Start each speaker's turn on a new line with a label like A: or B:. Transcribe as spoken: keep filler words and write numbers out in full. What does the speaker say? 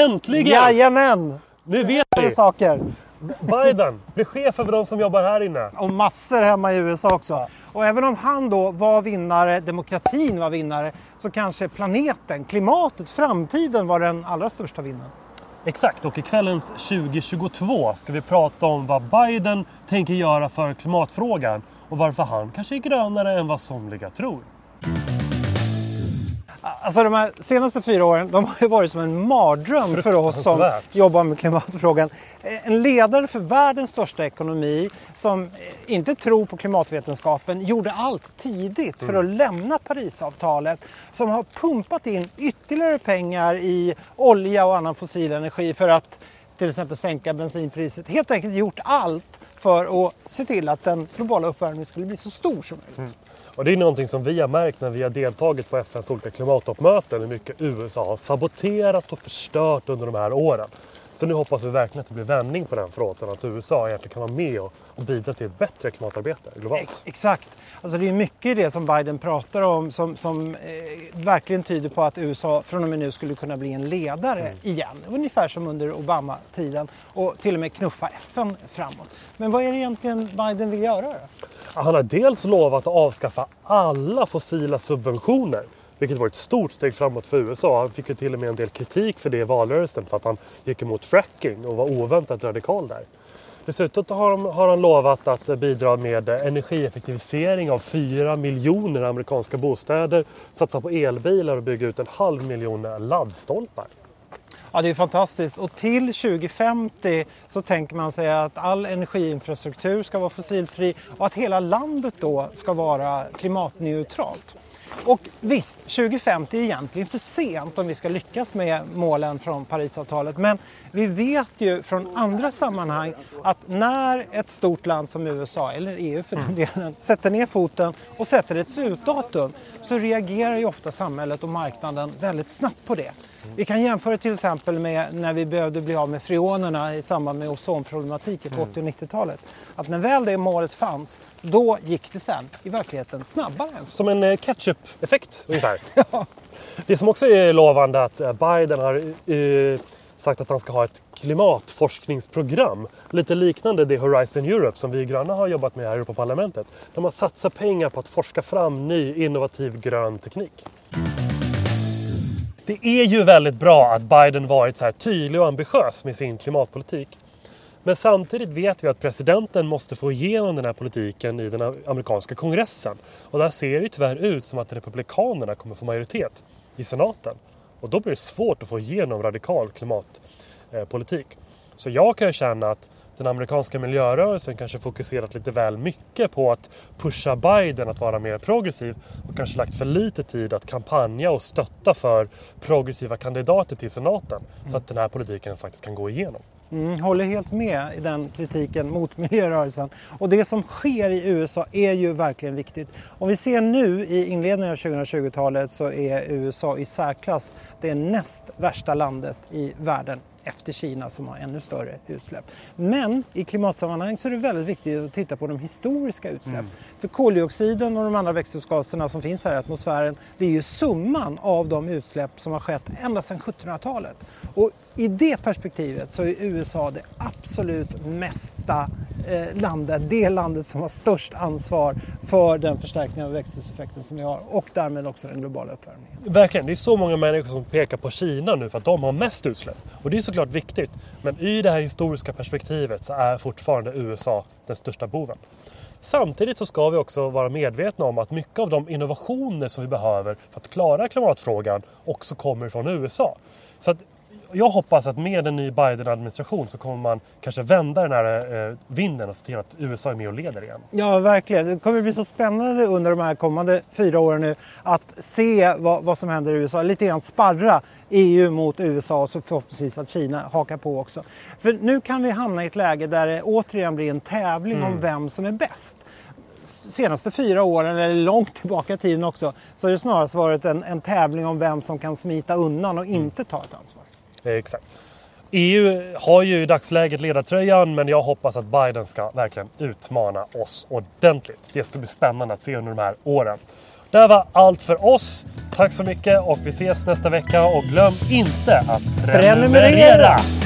A: Äntligen!
B: Jajamän!
A: Nu vet
B: Det är
A: vi.
B: saker.
A: Biden blir chef över de som jobbar här inne.
B: Och massor hemma i U S A också. Ja. Och även om han då var vinnare, demokratin var vinnare, så kanske planeten, klimatet, framtiden var den allra största vinnaren.
A: Exakt, och i kvällens tjugo tjugotvå ska vi prata om vad Biden tänker göra för klimatfrågan och varför han kanske är grönare än vad somliga tror.
B: Alltså de här senaste fyra åren, de har ju varit som en mardröm för oss som jobbar med klimatfrågan. En ledare för världens största ekonomi som inte tror på klimatvetenskapen gjorde allt tidigt för att lämna Parisavtalet. Som har pumpat in ytterligare pengar i olja och annan fossil energi för att till exempel sänka bensinpriset. Helt enkelt gjort allt för att se till att den globala uppvärmningen skulle bli så stor som möjligt. Mm.
A: Och det är någonting som vi har märkt när vi har deltagit på F N:s olika klimattoppmöten. Hur mycket U S A har saboterat och förstört under de här åren. Så nu hoppas vi verkligen att det blir vändning på den fronten. Att U S A egentligen kan vara med och bidra till ett bättre klimatarbete globalt.
B: Ex- exakt. Alltså det är mycket i det som Biden pratar om som, som eh, verkligen tyder på att U S A från och med nu skulle kunna bli en ledare mm. igen. Ungefär som under Obama-tiden. Och till och med knuffa F N framåt. Men vad är det egentligen Biden vill göra då?
A: Han har dels lovat att avskaffa alla fossila subventioner. Vilket var ett stort steg framåt för U S A. Han fick ju till och med en del kritik för det i valrörelsen. För att han gick emot fracking och var oväntat radikal där. Dessutom har, de, har han lovat att bidra med energieffektivisering av fyra miljoner amerikanska bostäder. Satsa på elbilar och bygga ut en halv miljon laddstolpar.
B: Ja, det är fantastiskt. Och till tjugo femtio så tänker man sig att all energiinfrastruktur ska vara fossilfri och att hela landet då ska vara klimatneutralt. Och visst, tjugo femtio är egentligen för sent om vi ska lyckas med målen från Parisavtalet. Men vi vet ju från andra sammanhang att när ett stort land som U S A, eller E U för den delen, sätter ner foten och sätter ett slutdatum så reagerar ju ofta samhället och marknaden väldigt snabbt på det. Vi kan jämföra till exempel med när vi behövde bli av med freonerna i samband med ozonproblematiken på åttio- och nittiotalet. Att när väl det målet fanns, då gick det sen i verkligheten snabbare än så.
A: Som en ketchup-effekt ungefär. Ja. Det som också är lovande att Biden har eh, sagt att han ska ha ett klimatforskningsprogram. Lite liknande det Horizon Europe som vi gröna har jobbat med här i Europaparlamentet. De har satsat pengar på att forska fram ny innovativ grön teknik. Det är ju väldigt bra att Biden varit så här tydlig och ambitiös med sin klimatpolitik. Men samtidigt vet vi att presidenten måste få igenom den här politiken i den amerikanska kongressen. Och där ser det tyvärr ut som att republikanerna kommer få majoritet i senaten. Och då blir det svårt att få igenom radikal klimatpolitik. Så jag kan känna att den amerikanska miljörörelsen kanske fokuserat lite väl mycket på att pusha Biden att vara mer progressiv och kanske lagt för lite tid att kampanja och stötta för progressiva kandidater till senaten mm. så att den här politiken faktiskt kan gå igenom.
B: Mm, håller helt med i den kritiken mot miljörörelsen. Och det som sker i U S A är ju verkligen viktigt. Om vi ser nu i inledningen av tjugohundratjugotalet så är U S A i särklass det näst värsta landet i världen. Efter Kina som har ännu större utsläpp. Men i klimatsammanhang så är det väldigt viktigt att titta på de historiska utsläpp. Mm. För koldioxiden och de andra växthusgaserna som finns här i atmosfären, det är ju summan av de utsläpp som har skett ända sedan sjuttonhundratalet. Och i det perspektivet så är U S A det absolut mesta eh, landet, det landet som har störst ansvar för den förstärkning av växthuseffekten som vi har och därmed också den globala uppvärmningen.
A: Verkligen, det är så många människor som pekar på Kina nu för att de har mest utsläpp. Och det är såklart viktigt, men i det här historiska perspektivet så är fortfarande U S A den största boven. Samtidigt så ska vi också vara medvetna om att mycket av de innovationer som vi behöver för att klara klimatfrågan också kommer från U S A. Så att jag hoppas att med en ny Biden-administration så kommer man kanske vända den här eh, vinden och se till att U S A är med och leder igen.
B: Ja, verkligen. Det kommer bli så spännande under de här kommande fyra åren nu att se vad, vad som händer i U S A. Lite grann sparra E U mot U S A och så förhoppningsvis att Kina hakar på också. För nu kan vi hamna i ett läge där det återigen blir en tävling mm. om vem som är bäst. Senaste fyra åren, eller långt tillbaka i tiden också, så har det snarast varit en, en tävling om vem som kan smita undan och mm. inte ta ett ansvar.
A: Exakt. E U har ju i dagsläget ledartröjan, men jag hoppas att Biden ska verkligen utmana oss ordentligt. Det ska bli spännande att se under de här åren. Det här var allt för oss. Tack så mycket och vi ses nästa vecka och glöm inte att prenumerera!
B: Prenumerera!